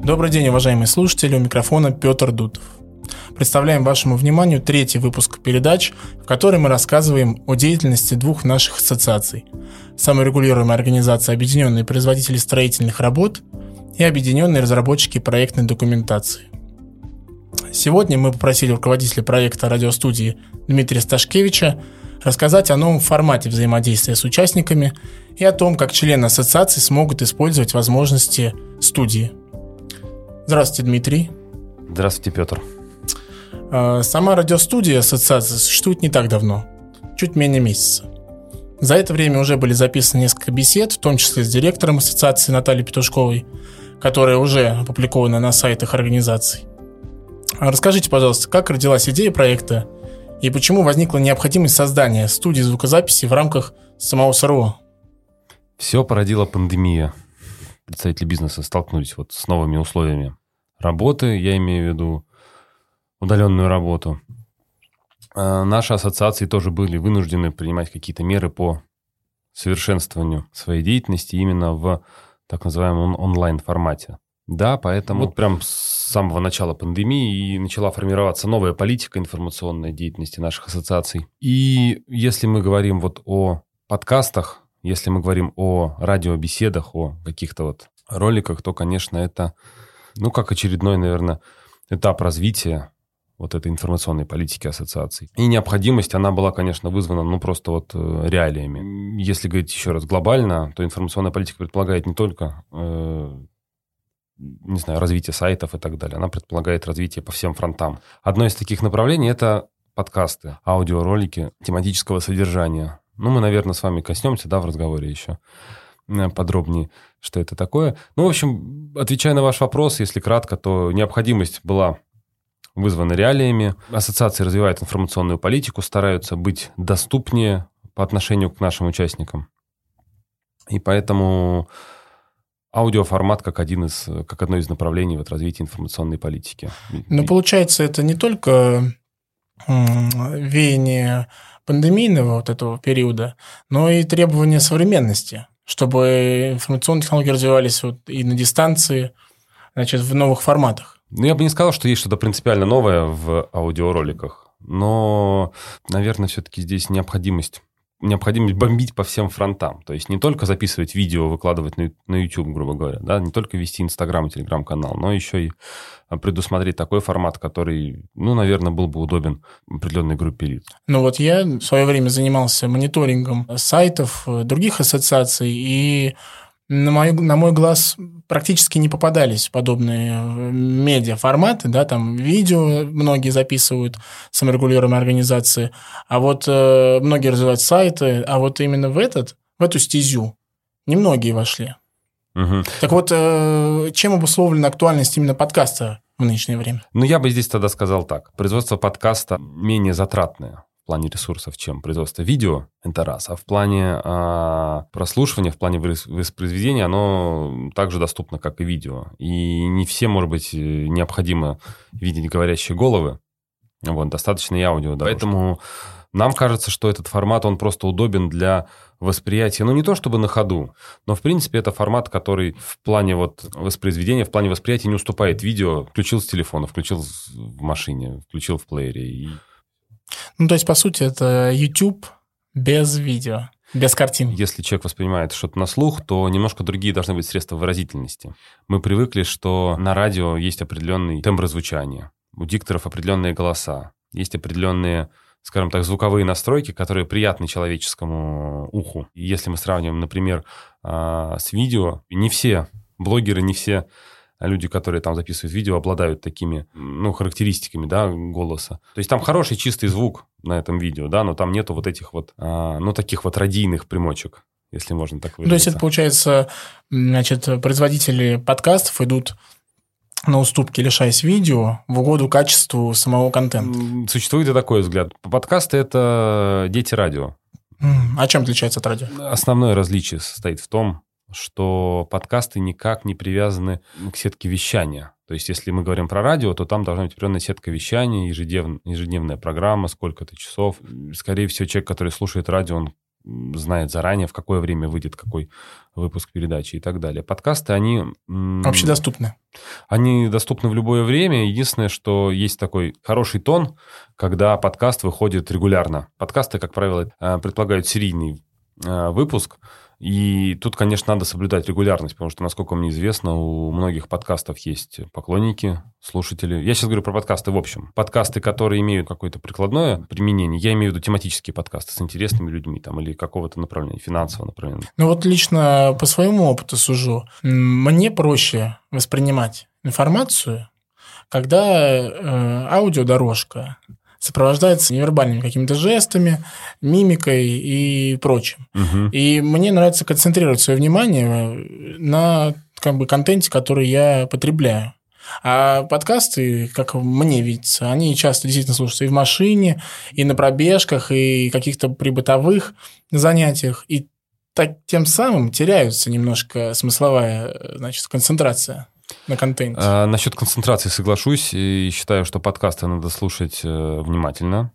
Добрый день, уважаемые слушатели, у микрофона Петр Дутов. Представляем вашему вниманию третий выпуск передач, в которой мы рассказываем о деятельности двух наших ассоциаций: саморегулируемой организации «Объединенные производители строительных работ» и «Объединенные разработчики проектной документации». Сегодня мы попросили руководителя проекта радиостудии Дмитрия Сташкевича рассказать о новом формате взаимодействия с участниками и о том, как члены ассоциации смогут использовать возможности студии. Здравствуйте, Дмитрий. Здравствуйте, Петр. Сама радиостудия ассоциации существует не так давно, чуть менее месяца. За это время уже были записаны несколько бесед, в том числе с директором ассоциации Натальей Петушковой, которая уже опубликована на сайтах организаций. Расскажите, пожалуйста, как родилась идея проекта и почему возникла необходимость создания студии звукозаписи в рамках самого СРО? Все породила пандемия. Представители бизнеса столкнулись с новыми условиями работы, я имею в виду удаленную работу. Наши ассоциации тоже были вынуждены принимать какие-то меры по совершенствованию своей деятельности именно в так называемом онлайн-формате. Да, поэтому прям с самого начала пандемии и начала формироваться новая политика информационной деятельности наших ассоциаций. И если мы говорим о подкастах, если мы говорим о радиобеседах, о каких-то роликах, то, конечно, это, как очередной, наверное, этап развития этой информационной политики ассоциаций. И необходимость, она была, конечно, вызвана, просто реалиями. Если говорить еще раз глобально, то информационная политика предполагает не только, развитие сайтов и так далее. Она предполагает развитие по всем фронтам. Одно из таких направлений – это подкасты, аудиоролики тематического содержания. Мы, наверное, с вами коснемся, в разговоре еще подробнее, что это такое. В общем, отвечая на ваш вопрос, если кратко, то необходимость была вызвана реалиями. Ассоциации развивают информационную политику, стараются быть доступнее по отношению к нашим участникам. И поэтому аудиоформат как одно из направлений развития информационной политики. Но получается, это не только веяние пандемийного этого периода, но и требования современности, чтобы информационные технологии развивались и на дистанции, в новых форматах. Я бы не сказал, что есть что-то принципиально новое в аудиороликах, но, наверное, все-таки здесь необходимость бомбить по всем фронтам. То есть не только записывать видео, выкладывать на YouTube, грубо говоря, не только вести Инстаграм и Телеграм-канал, но еще и предусмотреть такой формат, который, наверное, был бы удобен определенной группе лиц. Я в свое время занимался мониторингом сайтов других ассоциаций, и на мой глаз практически не попадались подобные медиаформаты, там видео многие записывают, саморегулируемые организации, а многие развивают сайты, а именно в эту стезю немногие вошли. Угу. Так чем обусловлена актуальность именно подкаста в нынешнее время? Я бы здесь тогда сказал так. Производство подкаста менее затратное в плане ресурсов, чем производство видео, это раз. А в плане прослушивания, в плане воспроизведения, оно также доступно, как и видео. И не все, может быть, необходимо видеть говорящие головы. Достаточно и аудио. Поэтому нам кажется, что этот формат, он просто удобен для восприятия, не то чтобы на ходу, но, в принципе, это формат, который в плане воспроизведения, в плане восприятия не уступает видео. Включил с телефона, включил в машине, включил в плеере. То есть, по сути, это YouTube без видео, без картин. Если человек воспринимает что-то на слух, то немножко другие должны быть средства выразительности. Мы привыкли, что на радио есть определенный тембр звучания, у дикторов определенные голоса, есть определенные, скажем так, звуковые настройки, которые приятны человеческому уху. И если мы сравниваем, например, с видео, не все блогеры, не все люди, которые там записывают видео, обладают такими, характеристиками, голоса. То есть там хороший чистый звук на этом видео, но там нету этих таких радийных примочек, если можно так выразиться. То есть это, получается, производители подкастов идут на уступки, лишаясь видео, в угоду качеству самого контента. Существует и такой взгляд. Подкасты – это дети радио. А чем отличается от радио? Основное различие состоит в том, что подкасты никак не привязаны к сетке вещания. То есть, если мы говорим про радио, то там должна быть определенная сетка вещания, ежедневная программа, сколько-то часов. Скорее всего, человек, который слушает радио, он знает заранее, в какое время выйдет какой выпуск передачи и так далее. Подкасты, они... Общедоступны. Они доступны в любое время. Единственное, что есть такой хороший тон, когда подкаст выходит регулярно. Подкасты, как правило, предполагают серийный выпуск. И тут, конечно, надо соблюдать регулярность, потому что, насколько мне известно, у многих подкастов есть поклонники, слушатели. Я сейчас говорю про подкасты в общем. Подкасты, которые имеют какое-то прикладное применение, я имею в виду тематические подкасты с интересными людьми там, или какого-то направления, финансового направления. Ну вот лично по своему опыту сужу. Мне проще воспринимать информацию, когда аудиодорожка сопровождается невербальными какими-то жестами, мимикой и прочим. Угу. И мне нравится концентрировать свое внимание на контенте, который я потребляю. А подкасты, как мне видится, они часто действительно слушаются и в машине, и на пробежках, и каких-то прибытовых занятиях. И тем самым теряется немножко смысловая, концентрация на контенте. Насчет концентрации соглашусь и считаю, что подкасты надо слушать внимательно.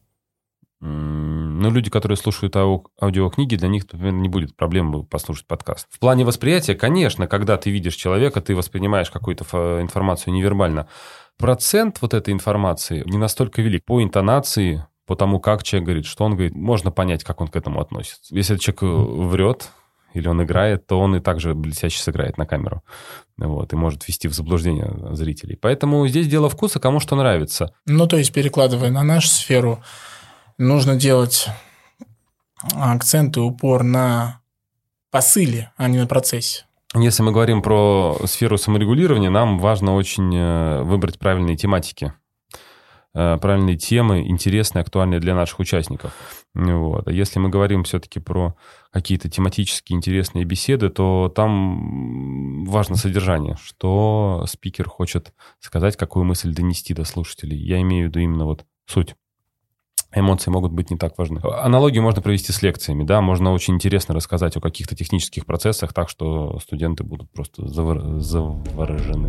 Но люди, которые слушают аудиокниги, для них, например, не будет проблем послушать подкаст. В плане восприятия, конечно, когда ты видишь человека, ты воспринимаешь какую-то информацию невербально. Процент вот этой информации не настолько велик. По интонации, по тому, как человек говорит, что он говорит, можно понять, как он к этому относится. Если человек врет или он играет, то он и так же блестяще сыграет на камеру. Вот, и может ввести в заблуждение зрителей. Поэтому здесь дело вкуса, кому что нравится. Ну, то есть, перекладывая на нашу сферу, нужно делать акцент и упор на посыле, а не на процессе. Если мы говорим про сферу саморегулирования, нам важно очень выбрать правильные тематики, правильные темы, интересные, актуальные для наших участников. Вот. А если мы говорим все-таки про какие-то тематические интересные беседы, то там важно содержание, что спикер хочет сказать, какую мысль донести до слушателей. Я имею в виду именно вот суть. Эмоции могут быть не так важны. Аналогию можно провести с лекциями, да, можно очень интересно рассказать о каких-то технических процессах, так что студенты будут просто заворожены.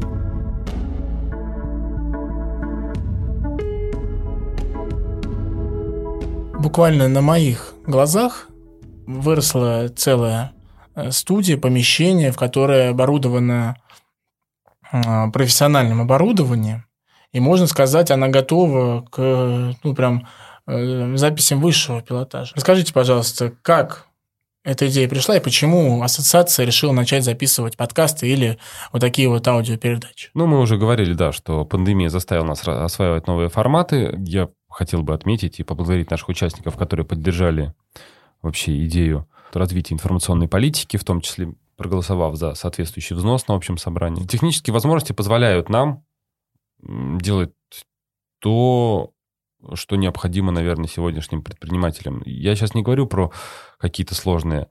Буквально на моих глазах выросла целая студия, помещение, в которое оборудовано профессиональным оборудованием, и, можно сказать, она готова к записям высшего пилотажа. Расскажите, пожалуйста, как эта идея пришла и почему ассоциация решила начать записывать подкасты или вот такие вот аудиопередачи? Ну, мы уже говорили, да, что пандемия заставила нас осваивать новые форматы. Я хотел бы отметить и поблагодарить наших участников, которые поддержали вообще идею развития информационной политики, в том числе проголосовав за соответствующий взнос на общем собрании. Технические возможности позволяют нам делать то, что необходимо, наверное, сегодняшним предпринимателям. Я сейчас не говорю про какие-то сложные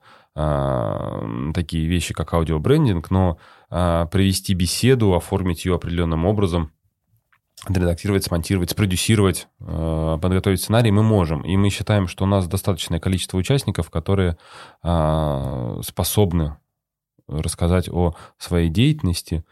такие вещи, как аудиобрендинг, но провести беседу, оформить ее определенным образом, отредактировать, смонтировать, спродюсировать, подготовить сценарий мы можем. И мы считаем, что у нас достаточное количество участников, которые способны рассказать о своей деятельности.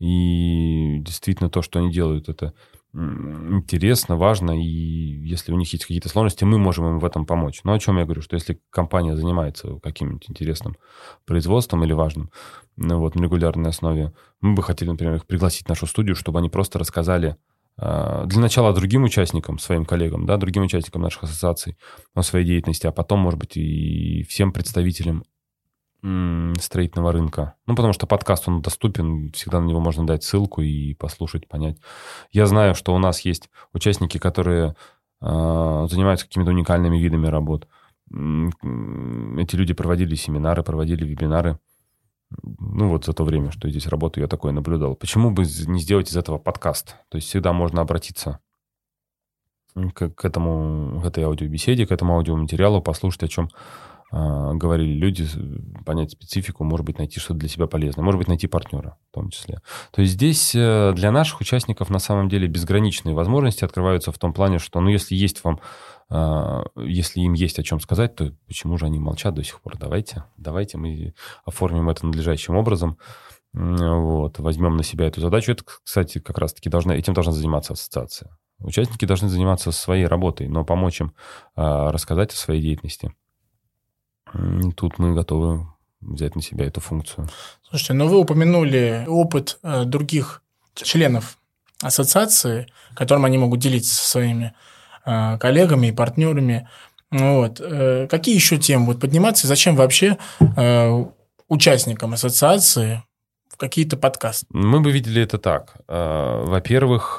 И действительно то, что они делают, это интересно, важно. И если у них есть какие-то сложности, мы можем им в этом помочь. Но о чем я говорю? Что если компания занимается каким-нибудь интересным производством или важным, на регулярной основе, мы бы хотели, например, их пригласить в нашу студию, чтобы они просто рассказали для начала другим участникам, своим коллегам, да, другим участникам наших ассоциаций о своей деятельности, а потом, может быть, и всем представителям строительного рынка. Потому что подкаст, он доступен, всегда на него можно дать ссылку и послушать, понять. Я знаю, что у нас есть участники, которые занимаются какими-то уникальными видами работ. Эти люди проводили семинары, проводили вебинары. За то время, что я здесь работаю, я такое наблюдал. Почему бы не сделать из этого подкаст? То есть всегда можно обратиться к этой аудиобеседе, к этому аудиоматериалу, послушать, о чем говорили люди, понять специфику, может быть, найти что-то для себя полезное, может быть, найти партнера в том числе. То есть здесь для наших участников на самом деле безграничные возможности открываются в том плане, что, если им есть о чем сказать, то почему же они молчат до сих пор? Давайте мы оформим это надлежащим образом, возьмем на себя эту задачу. Это, кстати, как раз-таки этим должна заниматься ассоциация. Участники должны заниматься своей работой, но помочь им рассказать о своей деятельности Тут мы готовы взять на себя эту функцию. Слушайте, вы упомянули опыт других членов ассоциации, которым они могут делиться со своими коллегами и партнерами. Какие еще темы будут подниматься и зачем вообще участникам ассоциации какие-то подкасты? Мы бы видели это так. Во-первых,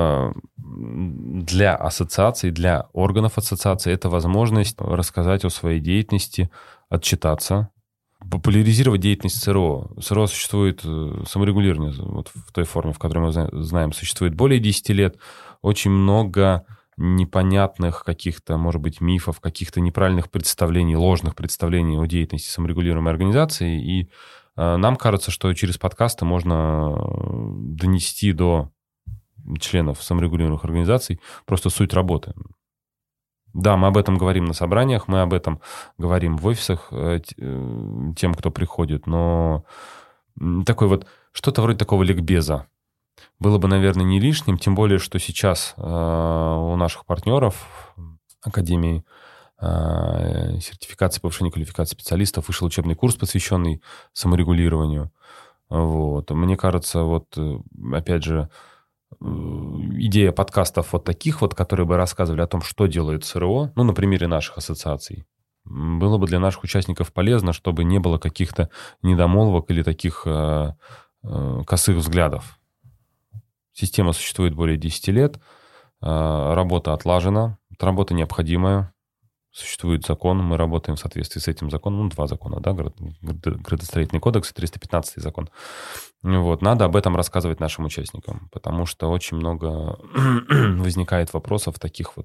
для ассоциаций, для органов ассоциации это возможность рассказать о своей деятельности, отчитаться, популяризировать деятельность ЦРО. ЦРО существует, саморегулирование в той форме, в которой мы знаем, существует более 10 лет. Очень много непонятных каких-то, может быть, мифов, каких-то неправильных представлений, ложных представлений о деятельности саморегулируемой организации. И нам кажется, что через подкасты можно донести до членов саморегулируемых организаций просто суть работы. Да, мы об этом говорим на собраниях, мы об этом говорим в офисах тем, кто приходит, но такой что-то вроде такого ликбеза было бы, наверное, не лишним, тем более, что сейчас у наших партнеров Академии сертификации повышения квалификации специалистов вышел учебный курс, посвященный саморегулированию. Мне кажется, опять же, идея подкастов таких которые бы рассказывали о том, что делает ЦРО, на примере наших ассоциаций, было бы для наших участников полезно, чтобы не было каких-то недомолвок или таких косых взглядов. Система существует более 10 лет, работа отлажена, работа необходимая, существует закон, мы работаем в соответствии с этим законом, 2 закона, да, градостроительный кодекс и 315 закон. Надо об этом рассказывать нашим участникам, потому что очень много возникает вопросов таких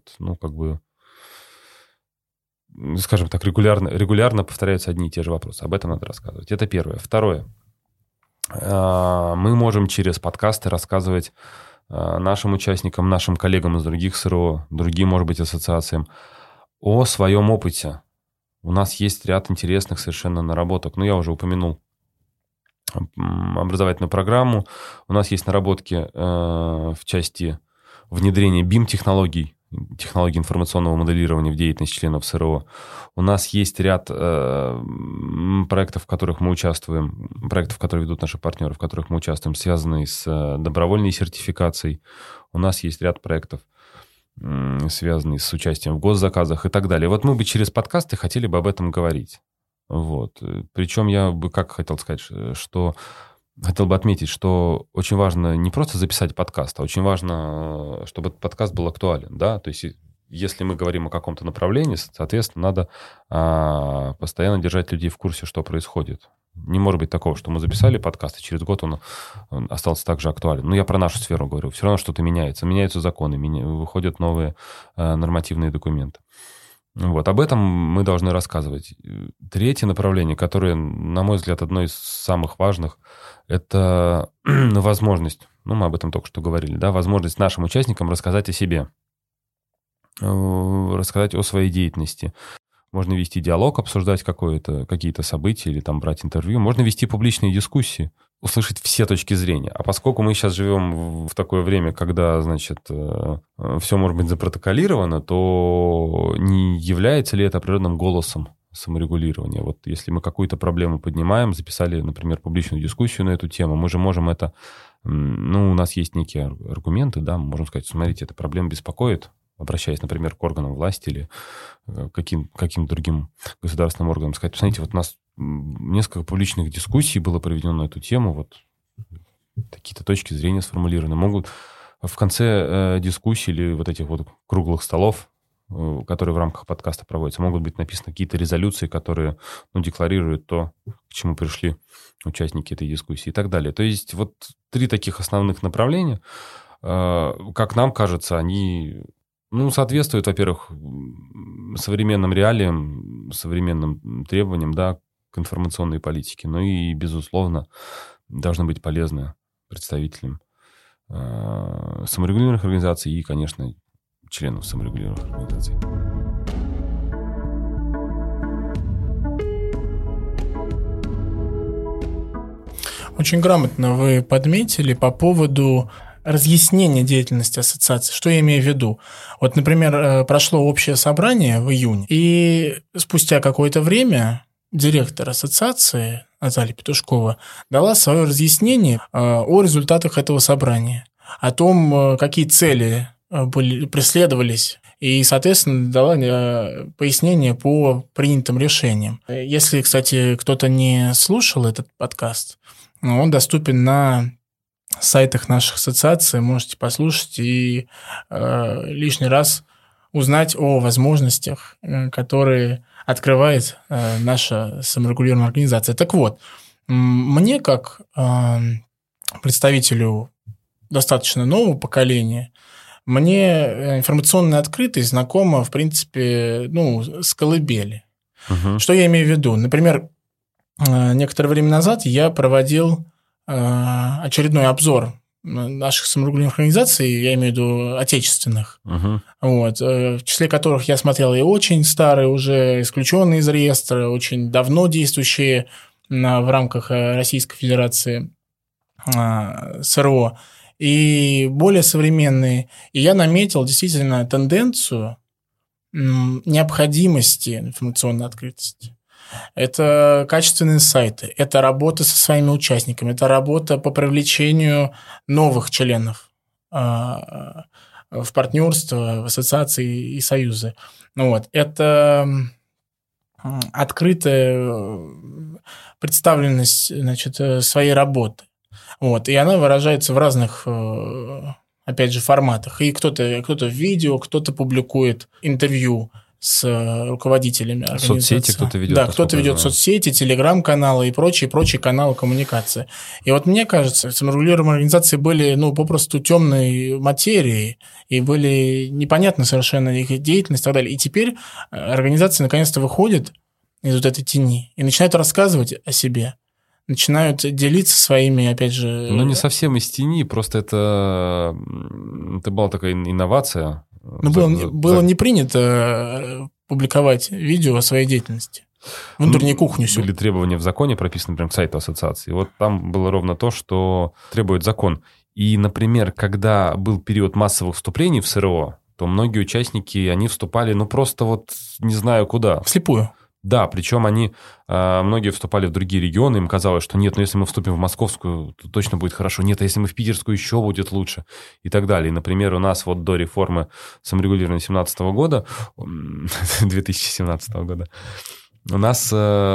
скажем так, регулярно повторяются одни и те же вопросы. Об этом надо рассказывать. Это первое. Второе. Мы можем через подкасты рассказывать нашим участникам, нашим коллегам из других СРО, другим, может быть, ассоциациям о своем опыте. У нас есть ряд интересных совершенно наработок. Я уже упомянул образовательную программу. У нас есть наработки в части внедрения BIM-технологий, технологий информационного моделирования в деятельность членов СРО. У нас есть ряд проектов, в которых мы участвуем, проектов, которые ведут наши партнеры, в которых мы участвуем, связанные с добровольной сертификацией. У нас есть ряд проектов, связанные с участием в госзаказах и так далее. Мы бы через подкасты хотели бы об этом говорить. Причем я бы хотел сказать, что хотел бы отметить, что очень важно не просто записать подкаст, а очень важно, чтобы этот подкаст был актуален. Да? То есть, если мы говорим о каком-то направлении, соответственно, надо постоянно держать людей в курсе, что происходит. Не может быть такого, что мы записали подкаст, и через год он остался также актуален. Я про нашу сферу говорю. Все равно что-то меняется. Меняются законы, выходят новые нормативные документы. Об этом мы должны рассказывать. Третье направление, которое, на мой взгляд, одно из самых важных, это возможность, мы об этом только что говорили, да, возможность нашим участникам рассказать о себе, рассказать о своей деятельности. Можно вести диалог, обсуждать какие-то события или брать интервью. Можно вести публичные дискуссии, услышать все точки зрения. А поскольку мы сейчас живем в такое время, когда, все может быть запротоколировано, то не является ли это определенным голосом саморегулирования? Если мы какую-то проблему поднимаем, записали, например, публичную дискуссию на эту тему, мы же можем это... у нас есть некие аргументы, да, мы можем сказать, смотрите, эта проблема беспокоит, обращаясь, например, к органам власти или каким-то другим государственным органам, сказать, посмотрите, у нас несколько публичных дискуссий было проведено на эту тему, какие-то точки зрения сформулированы. Могут в конце дискуссий или этих круглых столов, которые в рамках подкаста проводятся, могут быть написаны какие-то резолюции, которые декларируют то, к чему пришли участники этой дискуссии и так далее. То есть 3 таких основных направления, как нам кажется, они... соответствует, во-первых, современным реалиям, современным требованиям, да, к информационной политике, и, безусловно, должны быть полезны представителям саморегулируемых организаций и, конечно, членов саморегулируемых организаций. Очень грамотно вы подметили по поводу разъяснение деятельности ассоциации. Что я имею в виду? Вот, например, прошло общее собрание в июне, и спустя какое-то время директор ассоциации Наталья Петушкова дала свое разъяснение о результатах этого собрания, о том, какие цели преследовались, и, соответственно, дала пояснение по принятым решениям. Если, кстати, кто-то не слушал этот подкаст, он доступен на сайтах наших ассоциаций, можете послушать и лишний раз узнать о возможностях, которые открывает наша саморегулируемая организация. Так вот, мне, как представителю достаточно нового поколения, мне информационная открытость знакома, в принципе, с колыбели. Что я имею в виду? Например, некоторое время назад я проводил очередной обзор наших саморегулируемых организаций, я имею в виду отечественных, вот, в числе которых я смотрел и очень старые, уже исключенные из реестра, очень давно действующие в рамках Российской Федерации СРО, и более современные. И я наметил действительно тенденцию необходимости информационной открытости. Это качественные сайты, это работа со своими участниками, это работа по привлечению новых членов в партнерство, в ассоциации и союзы. Вот. Это открытая представленность, своей работы. Вот. И она выражается в разных, опять же, форматах. И кто-то в видео, кто-то публикует интервью с руководителями организации. Соцсети кто-то ведет. Да, кто-то ведет соцсети, телеграм-каналы и прочие каналы коммуникации. И вот мне кажется, саморегулируемые организации были, попросту темной материей, и были непонятны совершенно их деятельность и так далее. И теперь организации наконец-то выходят из вот этой тени и начинают рассказывать о себе, начинают делиться своими, опять же... Не совсем из тени, просто это была такая инновация. Было не принято публиковать видео о своей деятельности. Внутреннюю кухню всю. Были требования в законе, прописаны прям к сайту ассоциации. Вот там было ровно то, что требует закон. И, например, когда был период массовых вступлений в СРО, то многие участники, они вступали, просто не знаю куда. Вслепую. Да, причем многие вступали в другие регионы, им казалось, что нет, если мы вступим в московскую, то точно будет хорошо. Нет, а если мы в питерскую, еще будет лучше. И так далее. И, например, у нас до реформы саморегулирования 2017 года, у нас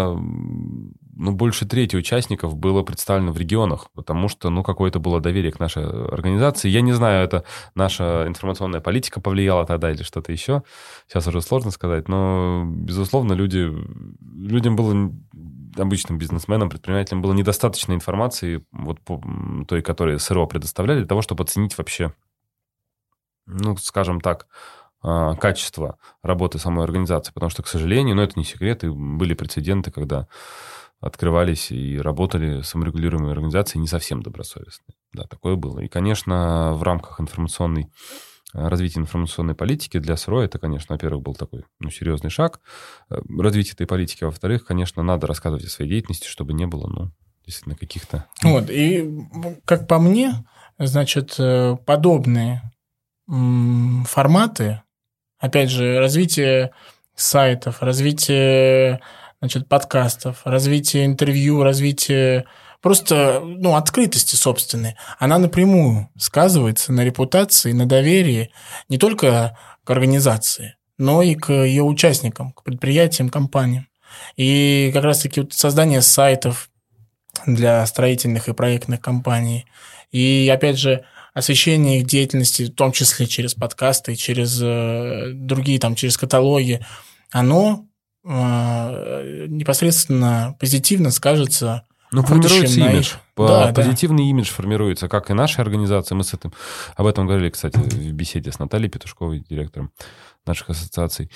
больше трети участников было представлено в регионах, потому что, какое-то было доверие к нашей организации. Я не знаю, это наша информационная политика повлияла тогда или что-то еще. Сейчас уже сложно сказать, но, безусловно, людям было, обычным бизнесменам, предпринимателям, было недостаточно информации, по той, которую СРО предоставляли, для того, чтобы оценить вообще, скажем так, качество работы самой организации. Потому что, к сожалению, это не секрет, и были прецеденты, когда открывались и работали саморегулируемые организации не совсем добросовестные. Да, такое было. И, конечно, в рамках развития информационной политики для СРО это, конечно, во-первых, был такой серьезный шаг развития этой политики. Во-вторых, конечно, надо рассказывать о своей деятельности, чтобы не было, действительно, каких-то... И, как по мне, подобные форматы, опять же, развитие сайтов, развитие подкастов, развитие интервью, развитие просто открытости собственной, она напрямую сказывается на репутации, на доверии не только к организации, но и к ее участникам, к предприятиям, компаниям. И как раз-таки создание сайтов для строительных и проектных компаний, и, опять же, освещение их деятельности, в том числе через подкасты, через другие, через каталоги, оно непосредственно позитивно скажется формируется имидж. Позитивный имидж формируется, как и нашей организации. Мы об этом говорили, кстати, в беседе с Натальей Петушковой, директором наших ассоциаций.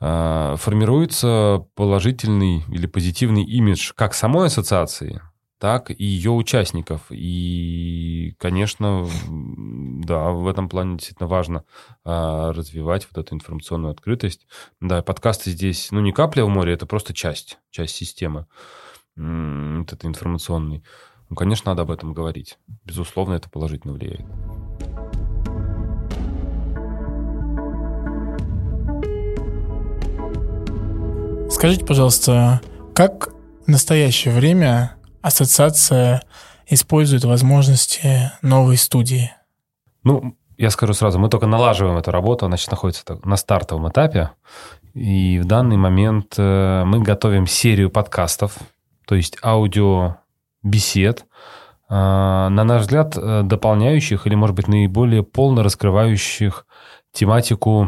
Формируется положительный или позитивный имидж как самой ассоциации, так и ее участников. И, конечно, да, в этом плане действительно важно развивать эту информационную открытость. Да, подкасты здесь, не капля в море, это просто часть системы этой информационной. Конечно, надо об этом говорить. Безусловно, это положительно влияет. Скажите, пожалуйста, как в настоящее время ассоциация использует возможности новой студии? Ну, я скажу сразу, мы только налаживаем эту работу, она сейчас находится на стартовом этапе, и в данный момент мы готовим серию подкастов, то есть аудиобесед, на наш взгляд, дополняющих или, может быть, наиболее полно раскрывающих тематику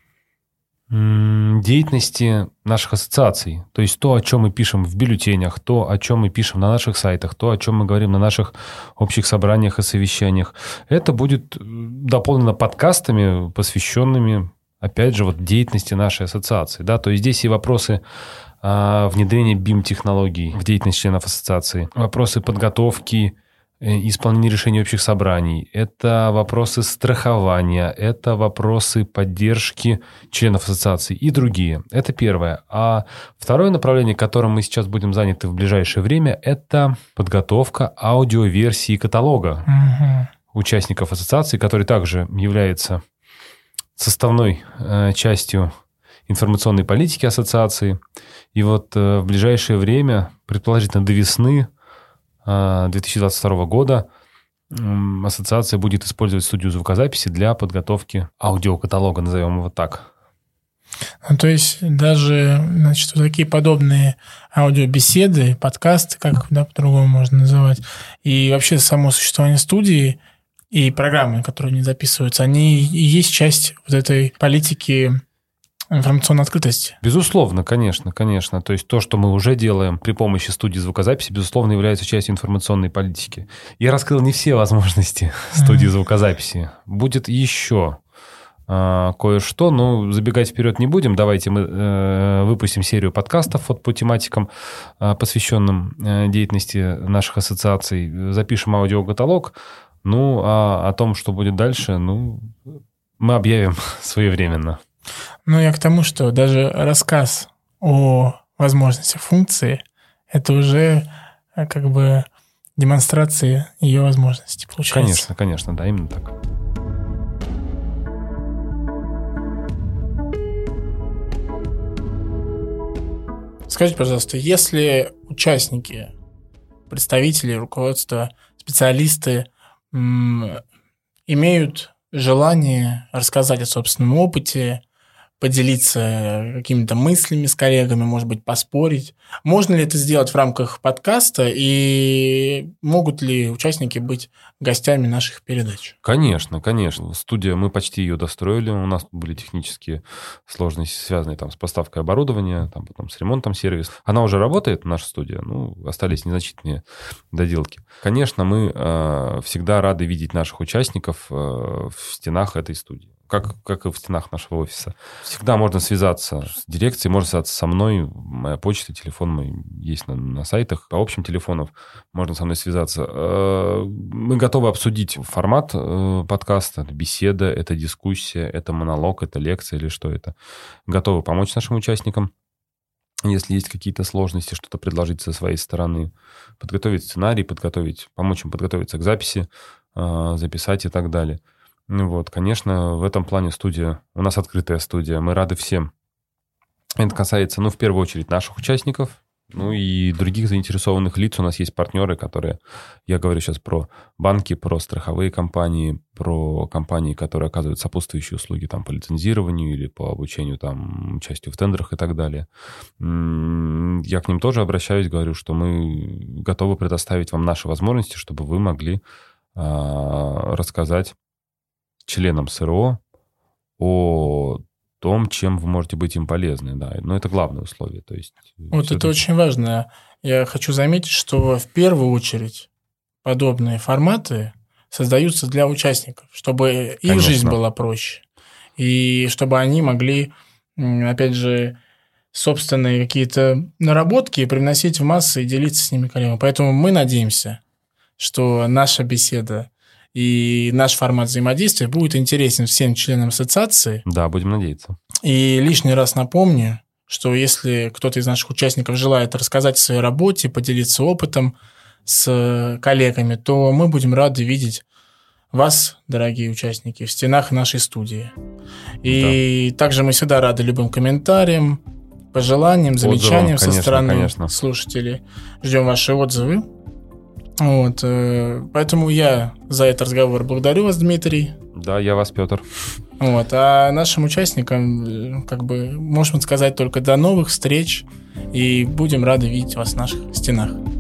деятельности наших ассоциаций. То есть то, о чем мы пишем в бюллетенях, то, о чем мы пишем на наших сайтах, то, о чем мы говорим на наших общих собраниях и совещаниях. Это будет дополнено подкастами, посвященными, опять же, вот деятельности нашей ассоциации. Да? То есть здесь и вопросы внедрения BIM-технологий в деятельность членов ассоциации, вопросы подготовки, исполнение решений общих собраний, это вопросы страхования, это вопросы поддержки членов ассоциации и другие. Это первое. А второе направление, которым мы сейчас будем заняты в ближайшее время, это подготовка аудиоверсии каталога участников ассоциации, который также является составной частью информационной политики ассоциации. И вот в ближайшее время, предположительно до весны 2022 года, ассоциация будет использовать студию звукозаписи для подготовки аудиокаталога, назовем его так. Ну, то есть даже, значит, вот такие подобные аудиобеседы, подкасты, как по-другому можно называть, и вообще само существование студии и программы, которые не записываются, они и есть часть вот этой политики информационной открытости. Безусловно, конечно. То есть то, что мы уже делаем при помощи студии звукозаписи, безусловно, является частью информационной политики. Я раскрыл не все возможности студии звукозаписи. Будет еще кое-что, но забегать вперед не будем. Давайте мы выпустим серию подкастов вот по тематикам, посвященным деятельности наших ассоциаций. Запишем аудиокаталог. Ну, а о том, что будет дальше, мы объявим своевременно. Ну, я к тому, что даже рассказ о возможностях функции – это уже как бы демонстрация ее возможностей, получается. Конечно, да, именно так. Скажите, пожалуйста, если участники, представители, руководство, специалисты имеют желание рассказать о собственном опыте, поделиться какими-то мыслями с коллегами, может быть, поспорить. Можно ли это сделать в рамках подкаста, и могут ли участники быть гостями наших передач? Конечно. Студия, мы почти ее достроили. У нас были технические сложности, связанные там с поставкой оборудования, там, потом с ремонтом сервиса. Она уже работает, наша студия, остались незначительные доделки. Конечно, мы всегда рады видеть наших участников в стенах этой студии. Как и в стенах нашего офиса. Всегда можно связаться с дирекцией, можно связаться со мной. Моя почта, телефон мой есть на сайтах. По общим телефонам можно со мной связаться. Мы готовы обсудить формат подкаста. Это беседа, это дискуссия, это монолог, это лекция или что это. Готовы помочь нашим участникам, если есть какие-то сложности, что-то предложить со своей стороны. Подготовить сценарий, помочь им подготовиться к записи, записать и так далее. Вот, конечно, в этом плане студия, у нас открытая студия, мы рады всем. Это касается, в первую очередь, наших участников, и других заинтересованных лиц. У нас есть партнеры, которые, я говорю сейчас про банки, про страховые компании, про компании, которые оказывают сопутствующие услуги там, по лицензированию или по обучению, там, участию в тендерах и так далее. Я к ним тоже обращаюсь, говорю, что мы готовы предоставить вам наши возможности, чтобы вы могли рассказать членам СРО о том, чем вы можете быть им полезны. Да. Но это главное условие. То есть, вот это очень важно. Я хочу заметить, что в первую очередь подобные форматы создаются для участников, чтобы их жизнь была проще. И чтобы они могли, опять же, собственные какие-то наработки привносить в массы и делиться с ними коллегами. Поэтому мы надеемся, что наша беседа и наш формат взаимодействия будет интересен всем членам ассоциации. Да, будем надеяться. И лишний раз напомню, что если кто-то из наших участников желает рассказать о своей работе, поделиться опытом с коллегами, то мы будем рады видеть вас, дорогие участники, в стенах нашей студии. И также мы всегда рады любым комментариям, пожеланиям, замечаниям со стороны конечно. слушателей. Ждем ваши отзывы. Вот, поэтому я за этот разговор благодарю вас, Дмитрий. Да, я вас, Петр. Вот, а нашим участникам, можем сказать только до новых встреч, и будем рады видеть вас в наших стенах.